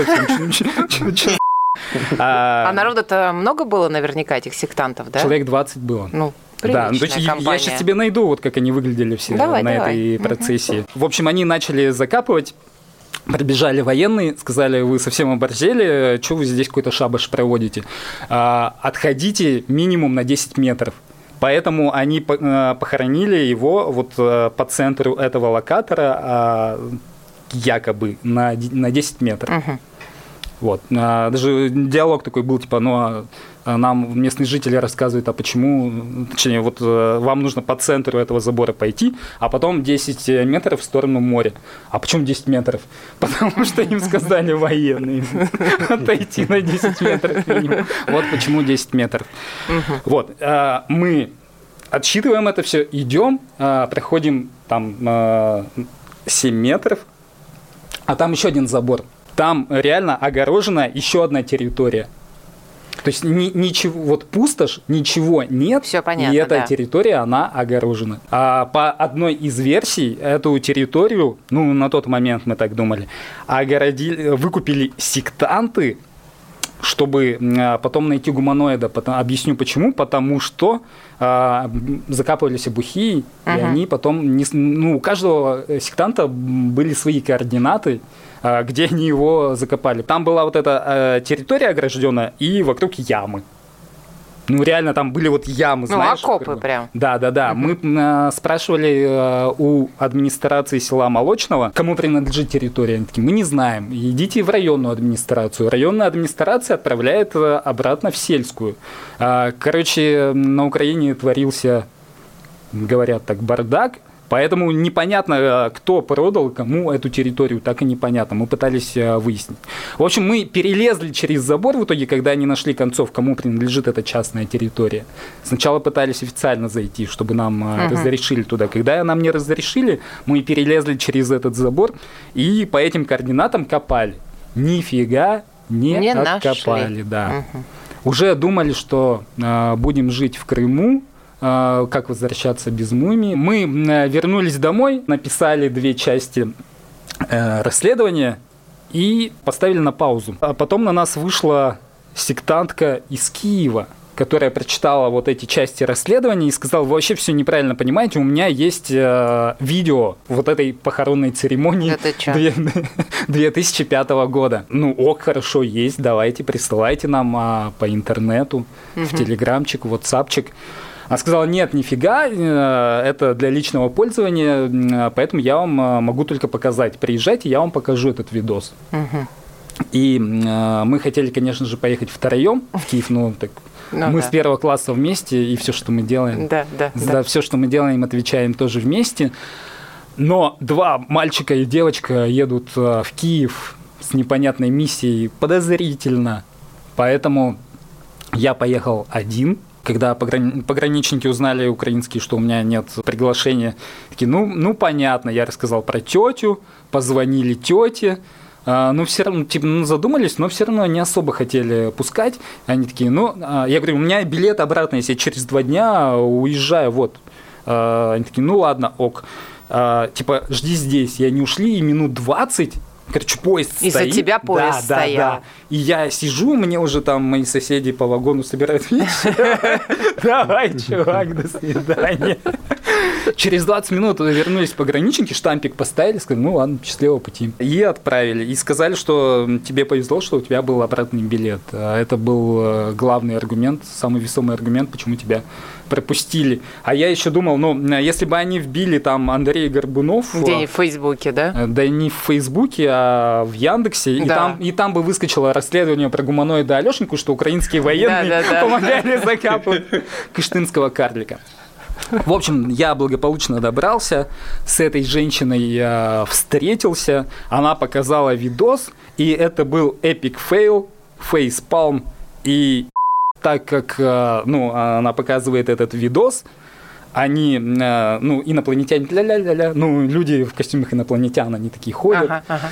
совсем? А народу-то много было наверняка этих сектантов, да? Человек двадцать было. Ну, да, ну, то есть я сейчас тебе найду, вот как они выглядели все давай, на давай. этой процессии. Угу. В общем, они начали закапывать, прибежали военные, сказали, вы совсем оборзели, что вы здесь какой-то шабаш проводите? А, отходите минимум на десять метров. Поэтому они похоронили его вот по центру этого локатора якобы на десять метров. Угу. Вот. Даже диалог такой был, типа, ну, нам местные жители рассказывают, а почему, точнее, вот вам нужно по центру этого забора пойти, а потом десять метров в сторону моря. А почему десять метров? Потому что им сказали военные отойти на десять метров минимум. Вот почему десять метров. Вот. Мы отсчитываем это все, идем, проходим там семь метров, а там еще один забор. Там реально огорожена еще одна территория. То есть ни, ничего, вот пустошь, ничего нет, Все понятно, и эта да. территория, она огорожена. А по одной из версий, эту территорию, ну, на тот момент мы так думали, огородили, выкупили сектанты, чтобы потом найти гуманоида. Потом, объясню почему. Потому что а, закапывались обухи, uh-huh. и они потом... Не, ну, у каждого сектанта были свои координаты, а, где они его закопали. Там была вот эта а, территория огражденная, и вокруг ямы. Ну, реально, там были вот ямы, ну, знаешь. окопы как бы. прям. Да, да, да. Uh-huh. Мы э, спрашивали э, у администрации села Молочного, кому принадлежит территория. Они такие, мы не знаем. Идите в районную администрацию. Районная администрация отправляет э, обратно в сельскую. Э, короче, на Украине творился, говорят так, бардак. Поэтому непонятно, кто продал кому эту территорию, так и непонятно. Мы пытались выяснить. В общем, мы перелезли через забор в итоге, когда они нашли концов, кому принадлежит эта частная территория. Сначала пытались официально зайти, чтобы нам uh-huh. разрешили туда. Когда нам не разрешили, мы перелезли через этот забор и по этим координатам копали. Нифига не, не откопали. Нашли. Да. Uh-huh. Уже думали, что э, будем жить в Крыму, как возвращаться без мумии. Мы вернулись домой, написали две части расследования и поставили на паузу. А потом на нас вышла сектантка из Киева, которая прочитала вот эти части расследования и сказала, вы вообще все неправильно понимаете, у меня есть э, видео вот этой похоронной церемонии две тысячи пятого года. Ну, ок, хорошо, есть, давайте, присылайте нам а, по интернету, угу. в телеграмчик, в ватсапчик. Она сказала, нет, нифига, это для личного пользования, поэтому я вам могу только показать. Приезжайте, я вам покажу этот видос. Угу. И э, мы хотели, конечно же, поехать втроем в Киев, но так, ну, мы да. с первого класса вместе, и все, что мы делаем, да, да, да, да. все, что мы делаем, отвечаем тоже вместе. Но два мальчика и девочка едут в Киев с непонятной миссией подозрительно, поэтому я поехал один. Когда пограничники узнали украинские, что у меня нет приглашения, такие, ну, ну понятно, я рассказал про тетю, позвонили тете, а, ну, все равно, типа, ну, задумались, но все равно не особо хотели пускать. Они такие, ну, а, я говорю, у меня билет обратно, если я через два дня уезжаю, вот. А, они такие, ну, ладно, ок. А, типа, жди здесь. И они ушли, и минут двадцать, короче, поезд стоит. Из-за тебя поезд да, стоял. Да, да. И я сижу, мне уже там мои соседи по вагону собирают вещи. Давай, чувак, до свидания. Через двадцать минут вернулись пограничники, штампик поставили, сказали, ну ладно, счастливого пути. И отправили. И сказали, что тебе повезло, что у тебя был обратный билет. Это был главный аргумент, самый весомый аргумент, почему тебя пропустили. А я еще думал, ну, если бы они вбили там Андрей Горбунов... Где-нибудь в Фейсбуке, да? Да не в Фейсбуке, а в Яндексе. Да. И, там, и там бы выскочило расследование про гуманоида Алешеньку, что украинские военные да, да, да. помогали закапывать кыштымского карлика. В общем, я благополучно добрался, с этой женщиной я встретился, она показала видос, и это был эпик фейл, фейспалм, и так как ну, она показывает этот видос, они, ну, инопланетяне, ля-ля-ля-ля, ну, люди в костюмах инопланетян, они такие ходят, ага, ага.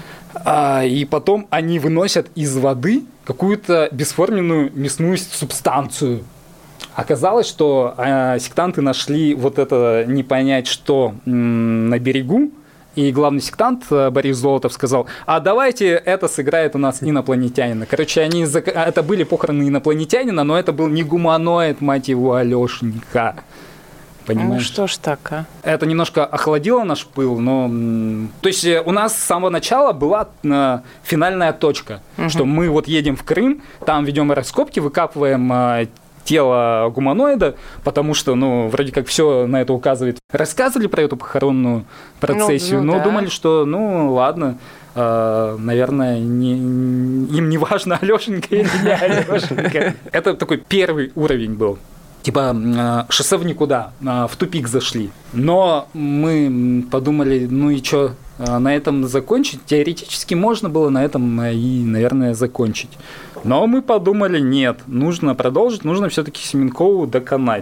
А, и потом они выносят из воды какую-то бесформенную мясную субстанцию. Оказалось, что э, сектанты нашли вот это не понять что м- на берегу, и главный сектант Борис Золотов сказал, а давайте это сыграет у нас инопланетянина. Короче, они зак... это были похороны инопланетянина, но это был не гуманоид, мать его, Алешенька. Понимаешь? Ну что ж так, а? Это немножко охладило наш пыл, но... То есть у нас с самого начала была э, финальная точка, угу. что мы вот едем в Крым, там ведем раскопки, выкапываем... Э, тело гуманоида, потому что, ну, вроде как все на это указывает. Рассказывали про эту похоронную процессию, ну, ну, но да. думали, что, ну, ладно, э, наверное, не, им не важно, Алешенька или не Алешенька. Это такой первый уровень был. Типа шоссе в никуда, в тупик зашли. Но мы подумали, ну и что, на этом закончить? Теоретически можно было на этом и, наверное, закончить. Но мы подумали, нет, нужно продолжить, нужно все-таки Семенкову доконать.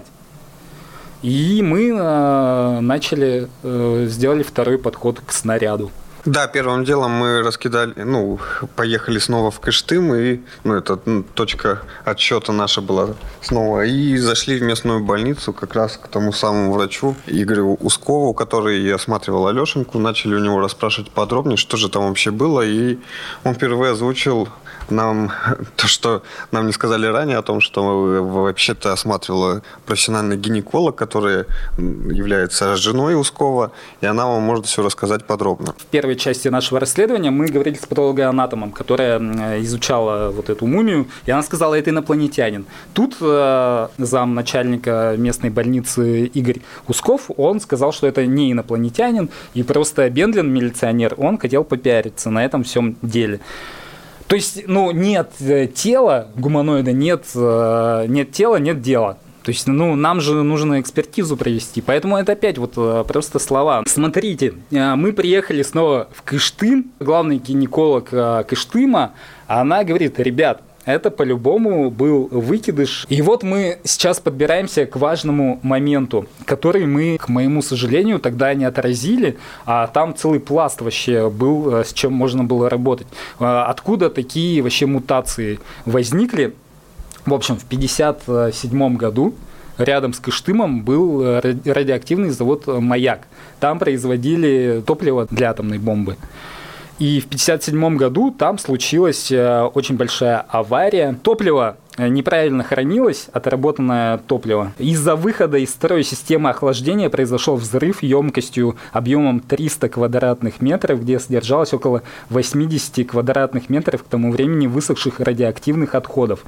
И мы начали, сделали второй подход к снаряду. Да, первым делом мы раскидали, ну, поехали снова в Кыштым, и, ну, это ну, точка отсчета наша была снова, и зашли в местную больницу как раз к тому самому врачу Игорю Ускову, который осматривал Алешеньку, начали у него расспрашивать подробнее, что же там вообще было, и он впервые озвучил нам то, что нам не сказали ранее, о том, что вообще-то осматривала профессиональный гинеколог, который является женой Ускова, и она вам может все рассказать подробно. В первой части нашего расследования мы говорили с патологоанатомом, которая изучала вот эту мумию, и она сказала, это инопланетянин. Тут э, замначальника местной больницы Игорь Усков, он сказал, что это не инопланетянин, и просто Бендлин, милиционер, он хотел попиариться на этом всем деле. То есть, ну, нет тела гуманоида, нет, нет тела, нет дела. То есть, ну, нам же нужно экспертизу провести, поэтому это опять вот просто слова. Смотрите, мы приехали снова в Кыштым, главный гинеколог Кыштыма, она говорит, ребят, это по-любому был выкидыш. И вот мы сейчас подбираемся к важному моменту, который мы, к моему сожалению, тогда не отразили, а там целый пласт вообще был, с чем можно было работать. Откуда такие вообще мутации возникли? В общем, в пятьдесят седьмом году рядом с Кыштымом был радиоактивный завод «Маяк». Там производили топливо для атомной бомбы. И в пятьдесят седьмом году там случилась очень большая авария. Топливо неправильно хранилось, отработанное топливо. Из-за выхода из строя системы охлаждения произошел взрыв емкостью объемом триста квадратных метров, где содержалось около восемьдесят квадратных метров к тому времени высохших радиоактивных отходов.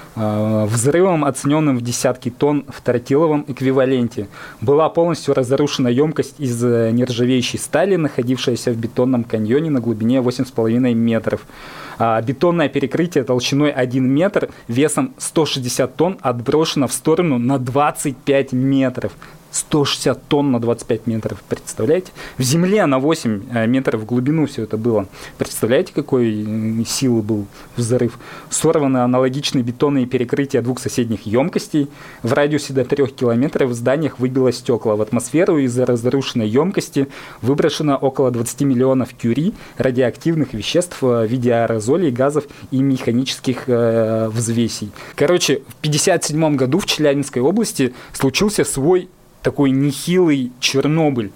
Взрывом, оцененным в десятки тонн в тротиловом эквиваленте, была полностью разрушена емкость из нержавеющей стали, находившаяся в бетонном каньоне на глубине восемь с половиной метров. Бетонное перекрытие толщиной один метр, весом сто шестьдесят тонн, отброшено в сторону на двадцать пять метров. сто шестьдесят тонн на двадцать пять метров, представляете? В земле на восемь метров в глубину все это было. Представляете, какой силы был взрыв? Сорваны аналогичные бетонные перекрытия двух соседних емкостей. В радиусе до трех километров в зданиях выбило стекла. В атмосферу из-за разрушенной емкости выброшено около двадцать миллионов кюри радиоактивных веществ в виде аэрозолей, газов и механических э, взвесей. Короче, в пятьдесят седьмом году в Челябинской области случился свой такой нехилый Чернобыль.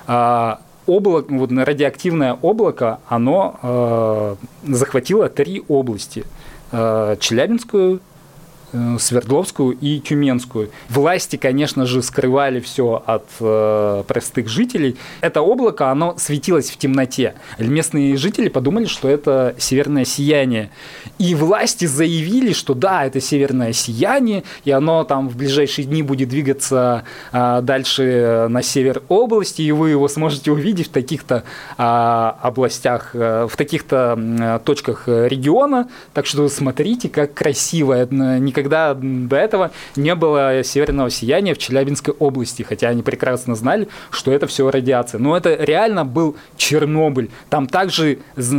А, облако, вот, радиоактивное облако, оно а, захватило три области. А, Челябинскую, Свердловскую и Тюменскую. Власти, конечно же, скрывали все от э, простых жителей. Это облако, оно светилось в темноте. Местные жители подумали, что это северное сияние. И власти заявили, что да, это северное сияние, и оно там в ближайшие дни будет двигаться э, дальше на север области, и вы его сможете увидеть в таких-то э, областях, э, в таких-то э, точках региона. Так что смотрите, как красиво. Это Никогда до этого не было северного сияния в Челябинской области, хотя они прекрасно знали, что это все радиация. Но это реально был Чернобыль. Там также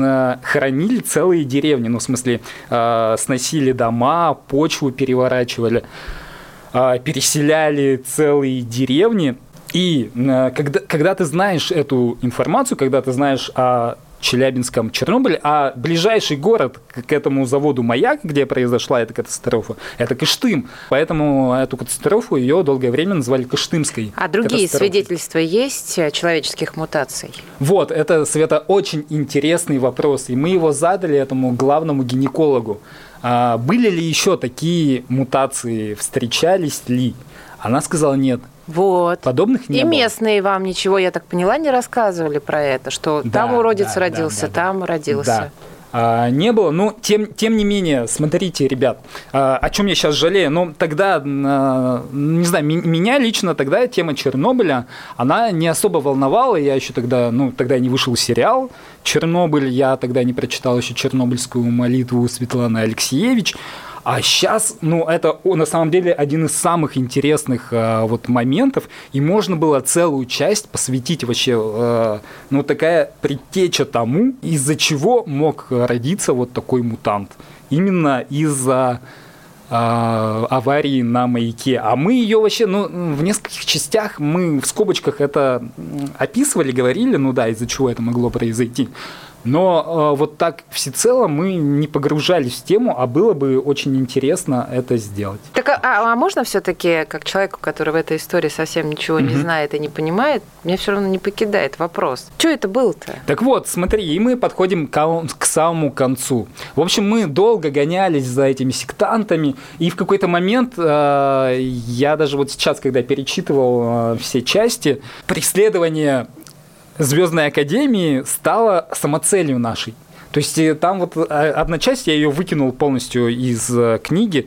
хоронили целые деревни, ну, в смысле, э, сносили дома, почву переворачивали, э, переселяли целые деревни. И э, когда, когда ты знаешь эту информацию, когда ты знаешь о Челябинском Чернобыле, а ближайший город к этому заводу «Маяк», где произошла эта катастрофа, это Кыштым. Поэтому эту катастрофу ее долгое время называли Кыштымской. А другие свидетельства есть человеческих мутаций? Вот, это, Света, очень интересный вопрос, и мы его задали этому главному гинекологу. А были ли еще такие мутации, встречались ли? Она сказала нет. Вот. Подобных не и было. Местные вам ничего, я так поняла, не рассказывали про это, что да, там уродец да, родился, да, да, там да. родился. Да. А, не было, но тем, тем не менее, смотрите, ребят, а, о чем я сейчас жалею, но тогда, а, не знаю, ми- меня лично тогда тема Чернобыля, она не особо волновала, я еще тогда, ну, тогда не вышел сериал «Чернобыль», я тогда не прочитал еще «Чернобыльскую молитву» Светланы Алексеевич. А сейчас, ну, это на самом деле один из самых интересных э, вот моментов, и можно было целую часть посвятить вообще, э, ну, такая предтеча тому, из-за чего мог родиться вот такой мутант. Именно из-за аварии на маяке. А мы ее вообще, ну, в нескольких частях мы в скобочках это описывали, говорили, ну да, из-за чего это могло произойти. Но э, вот так всецело мы не погружались в тему, а было бы очень интересно это сделать. Так, а, а можно все-таки, как человеку, который в этой истории совсем ничего mm-hmm. не знает и не понимает, мне все равно не покидает вопрос. Что это было-то? Так вот, смотри, и мы подходим к, к самому концу. В общем, мы долго гонялись за этими сектантами, и в какой-то момент, э, я даже вот сейчас, когда перечитывал э, все части, преследование Звездной Академии стала самоцелью нашей. То есть там вот одна часть, я ее выкинул полностью из книги.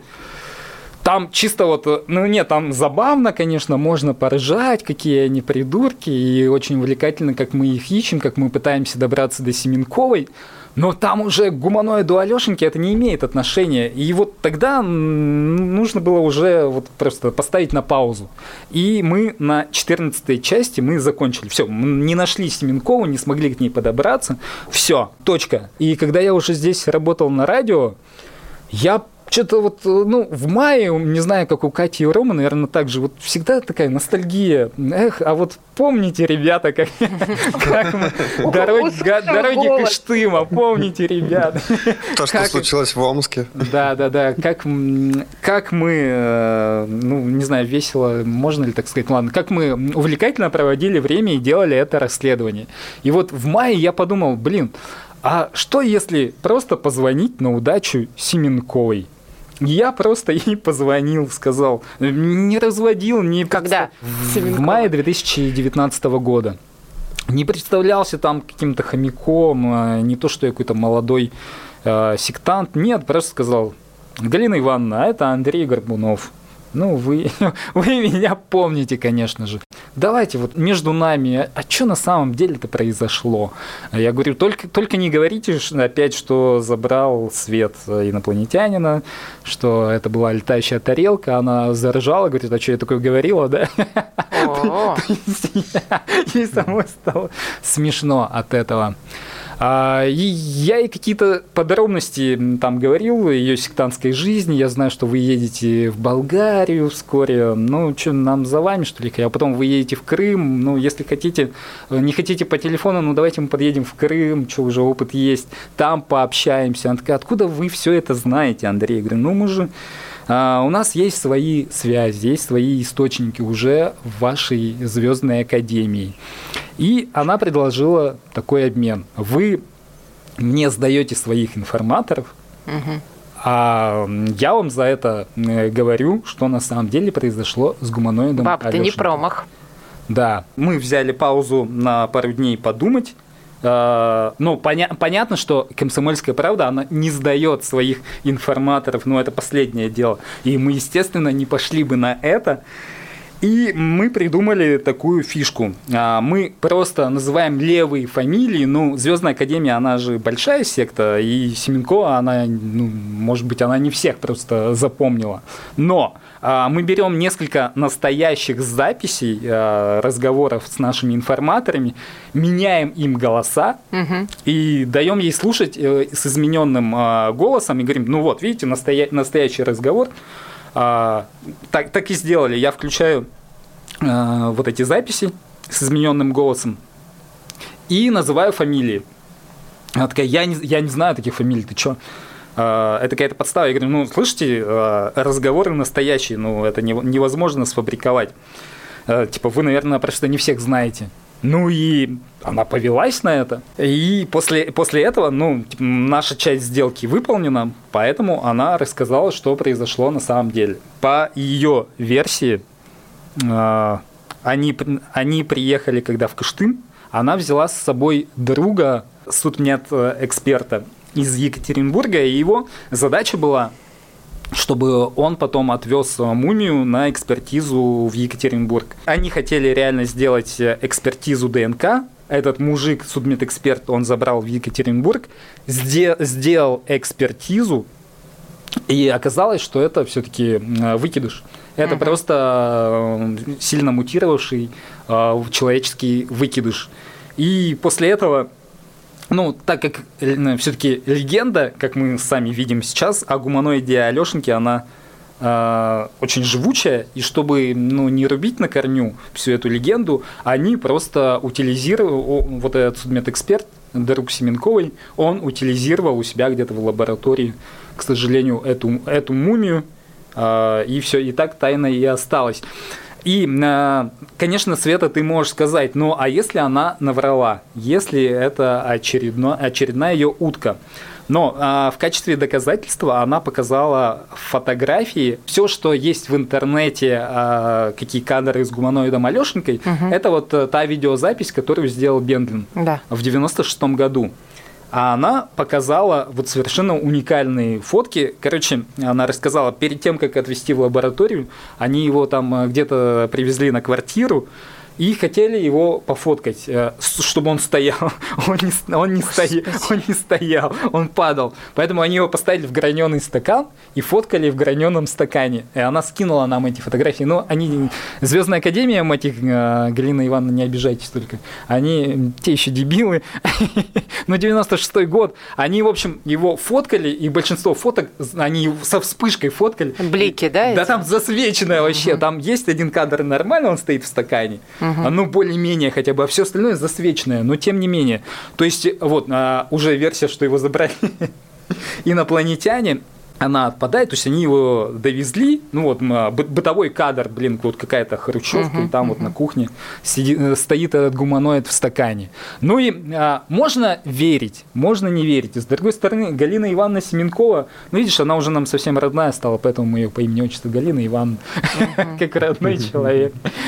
Там чисто вот, ну нет, там забавно, конечно, можно поржать, какие они придурки, и очень увлекательно, как мы их ищем, как мы пытаемся добраться до Семенковой. Но там уже к гуманоиду Алёшеньки это не имеет отношения. И вот тогда нужно было уже вот просто поставить на паузу. И мы на четырнадцатой части мы закончили. Все, мы не нашли Семенкову, не смогли к ней подобраться. Все, точка. И когда я уже здесь работал на радио, я что-то вот, ну, в мае, не знаю, как у Кати и Ромы, наверное, так же, вот всегда такая ностальгия. Эх, а вот помните, ребята, как, как мы, дороги, дороги Кыштыма, помните, ребята? То, что случилось в Омске. Да, да, да, как, как мы, ну, не знаю, весело, можно ли так сказать, ладно, как мы увлекательно проводили время и делали это расследование. И вот в мае я подумал, блин, а что если просто позвонить на удачу Семенковой? Я просто ей позвонил, сказал, не разводил, не... Когда? В, в мае две тысячи девятнадцатого года. Не представлялся там каким-то хомяком, не то, что я какой-то молодой э, сектант. Нет, просто сказал, Галина Ивановна, а это Андрей Горбунов. Ну, вы, вы меня помните, конечно же. Давайте вот между нами, а, а что на самом деле-то произошло? Я говорю, только, только не говорите опять, что забрал свет инопланетянина, что это была летающая тарелка. Она заржала, говорит, а что я такое говорила, да? Ей самой стало смешно от этого. И я ей какие-то подробности там говорил ее сектантской жизни. Я знаю, что вы едете в Болгарию вскоре. Ну, что, нам за вами, что ли? А потом вы едете в Крым. Ну, если хотите, не хотите по телефону, ну, давайте мы подъедем в Крым. Что, уже опыт есть. Там пообщаемся. Она такая, откуда вы все это знаете, Андрей? Я говорю, ну, мы же... Uh, у нас есть свои связи, есть свои источники уже в вашей Звездной Академии. И она предложила такой обмен. Вы мне сдаете своих информаторов, угу. а я вам за это говорю, что на самом деле произошло с гуманоидом Баб, ты не промах. Да, мы взяли паузу на пару дней подумать. Ну, поня- понятно, что «Комсомольская правда», она не сдает своих информаторов, но это последнее дело. И мы, естественно, не пошли бы на это. И мы придумали такую фишку. Мы просто называем левые фамилии. Ну, Звездная Академия, она же большая секта, и Семенкова, она, ну, может быть, она не всех просто запомнила. Но мы берем несколько настоящих записей разговоров с нашими информаторами, меняем им голоса угу. и даем ей слушать с измененным голосом и говорим, ну вот, видите, настоя- настоящий разговор. Так, так и сделали. Я включаю вот эти записи с измененным голосом и называю фамилии. Она такая, я не, я не знаю таких фамилий, ты чё? Это какая-то подстава. Я говорю, ну, слышите, разговоры настоящие, ну, это невозможно сфабриковать. Типа, вы, наверное, просто не всех знаете. Ну, и она повелась на это. И после, после этого, ну, типа, наша часть сделки выполнена, поэтому она рассказала, что произошло на самом деле. По ее версии, они, они приехали, когда в Кыштым, она взяла с собой друга, судмедэксперта из Екатеринбурга, и его задача была, чтобы он потом отвез мумию на экспертизу в Екатеринбург. Они хотели реально сделать экспертизу ДНК. Этот мужик, судмедэксперт, он забрал в Екатеринбург, сделал экспертизу, и оказалось, что это все-таки выкидыш. Это угу. просто сильно мутировавший человеческий выкидыш. И после этого... Ну, так как все-таки легенда, как мы сами видим сейчас, о гуманоиде Алёшеньке, она э, очень живучая, и чтобы ну, не рубить на корню всю эту легенду, они просто утилизировали, вот этот судмедэксперт Дарук Семенковой, он утилизировал у себя где-то в лаборатории, к сожалению, эту, эту мумию, э, и все, и так тайна и осталась. И, конечно, Света, ты можешь сказать, ну, а если она наврала, если это очередно, очередная ее утка? Но а, в качестве доказательства она показала фотографии. Все, что есть в интернете, а, какие кадры с гуманоидом Алешенькой, угу. это вот та видеозапись, которую сделал Бендлин да. в девяносто шестом году. А она показала вот совершенно уникальные фотки. Короче, она рассказала, перед тем, как отвезти в лабораторию, они его там где-то привезли на квартиру и хотели его пофоткать, чтобы он стоял. Он не, он, не стоял он не стоял, он падал. Поэтому они его поставили в граненый стакан и фоткали в граненом стакане. И она скинула нам эти фотографии. Но они, Звездная академия, мать их, Галина Ивановна, не обижайтесь только, они те еще дебилы. Но девяносто шестой год, они, в общем, его фоткали, и большинство фоток, они со вспышкой фоткали. Блики, да? Да, там засвеченное вообще. Угу. Там есть один кадр нормально, он стоит в стакане. Угу. Ну, более-менее хотя бы, а все остальное засвеченное, но тем не менее. То есть, вот, а, уже версия, что его забрали инопланетяне, она отпадает, то есть они его довезли, ну вот бытовой кадр, блин, вот какая-то хрущевка, uh-huh, и там uh-huh. вот на кухне сидит, стоит этот гуманоид в стакане. Ну и а, можно верить, можно не верить. И с другой стороны, Галина Ивановна Семенкова, ну видишь, она уже нам совсем родная стала, поэтому мы ее по имени-отчеству Галина Ивановна, uh-huh. как родной человек.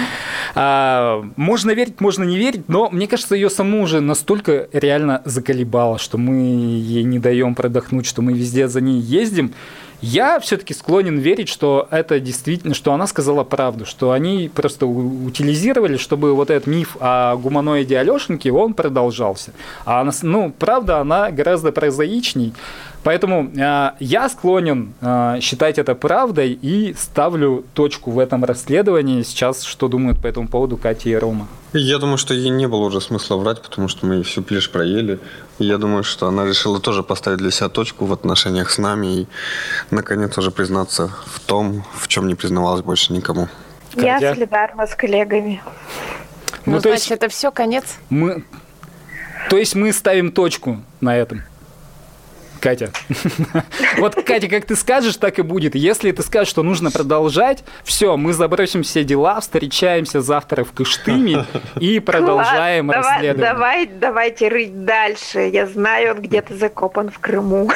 А, можно верить, можно не верить, но мне кажется, ее саму уже настолько реально заколебало, что мы ей не даем продохнуть, что мы везде за ней ездим. Я все-таки склонен верить, что это действительно, что она сказала правду, что они просто утилизировали, чтобы вот этот миф о гуманоиде Алешеньке, он продолжался. А она, ну, правда, она гораздо прозаичней. Поэтому э, я склонен э, считать это правдой и ставлю точку в этом расследовании. Сейчас что думают по этому поводу Катя и Рома? Я думаю, что ей не было уже смысла врать, потому что мы всю плешь проели. И я думаю, что она решила тоже поставить для себя точку в отношениях с нами и, наконец, уже признаться в том, в чем не признавалась больше никому. Я Катя? солидарна с коллегами. Ну, ну значит, есть, это все, конец? Мы, то есть мы ставим точку на этом. Катя. Вот, Катя, как ты скажешь, так и будет. Если ты скажешь, что нужно продолжать, все, мы забросим все дела, встречаемся завтра в Кыштыме и продолжаем Класс, расследование. Давай, давайте рыть дальше. Я знаю, он где-то закопан в Крыму.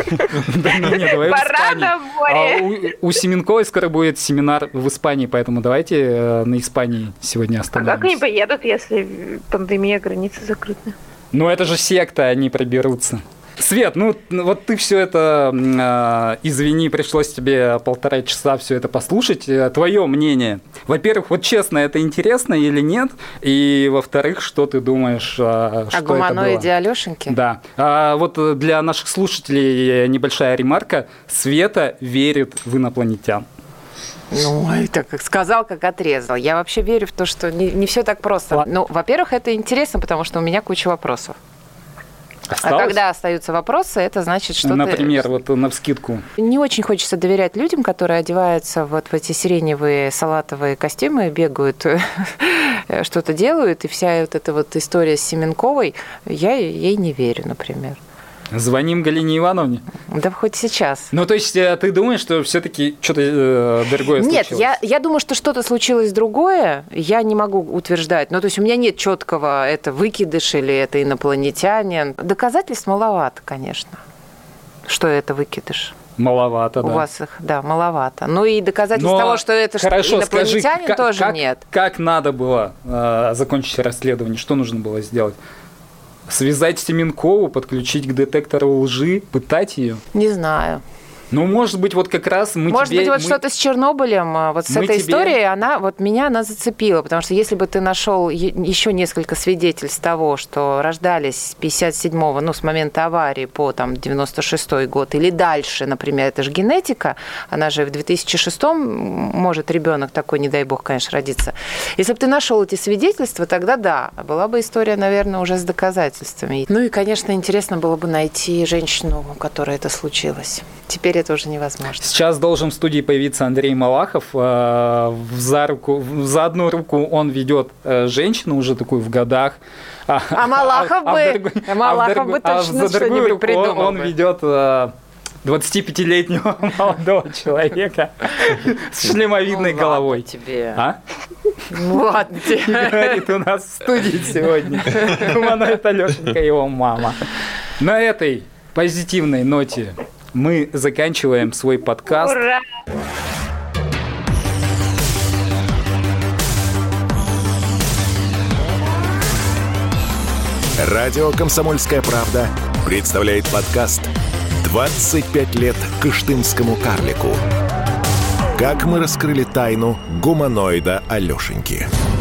Пора на море. У Семенковой скоро будет семинар в Испании, поэтому давайте на Испании сегодня остановимся. А как они поедут, если пандемия, границы закрыты? Ну, это же секта, они проберутся. Свет, ну вот ты все это, э, извини, пришлось тебе полтора часа все это послушать. Твое мнение. Во-первых, вот честно, это интересно или нет? И во-вторых, что ты думаешь, э, что это было? О гуманоиде Алешеньки? Да. А вот для наших слушателей небольшая ремарка. Света верит в инопланетян. Ну, это как сказал, как отрезал. Я вообще верю в то, что не, не все так просто. Ладно. Ну, во-первых, это интересно, потому что у меня куча вопросов. Осталось? А когда остаются вопросы, это значит, что Например, ты... вот навскидку. Не очень хочется доверять людям, которые одеваются вот в эти сиреневые салатовые костюмы, бегают, что-то делают, и вся вот эта вот история с Семенковой, я ей не верю, например. Звоним Галине Ивановне? Да хоть сейчас. Ну, то есть ты думаешь, что все-таки что-то э, другое нет, случилось? Нет, я, я думаю, что что-то случилось другое, я не могу утверждать. Ну, то есть у меня нет четкого, это выкидыш или это инопланетянин. Доказательств маловато, конечно, что это выкидыш. Маловато, У да. У вас их, да, маловато. Ну и доказательств Но того, что это хорошо, инопланетянин, скажи, тоже как, нет. Как надо было э, закончить расследование? Что нужно было сделать? Связать Семенкову, подключить к детектору лжи, пытать ее? Не знаю. Ну, может быть, вот как раз мы Может тебе... быть, вот мы... что-то с Чернобылем, вот с мы этой тебе... историей, она, вот меня она зацепила, потому что если бы ты нашел еще несколько свидетельств того, что рождались с пятьдесят седьмого, ну, с момента аварии по там девяносто шестой год или дальше, например, это же генетика, она же в две тысячи шестом может ребенок такой, не дай бог, конечно, родиться. Если бы ты нашел эти свидетельства, тогда да, была бы история, наверное, уже с доказательствами. Ну и, конечно, интересно было бы найти женщину, у которой это случилось. Теперь это уже невозможно. Сейчас должен в студии появиться Андрей Малахов. За, руку, за одну руку он ведет женщину уже такую в годах. А, а Малахов а, бы, а другой, а Малахов а бы точно а за другую руку он, он ведет двадцатипятилетнего молодого человека с шлемовидной ну, головой. Ладно тебе. А? Ну ладно тебе. Говорит у нас в студии сегодня гуманоид Алешенька и его мама. На этой позитивной ноте мы заканчиваем свой подкаст. Ура! Радио «Комсомольская правда» представляет подкаст «двадцать пять лет кыштымскому карлику». Как мы раскрыли тайну гуманоида Алешеньки.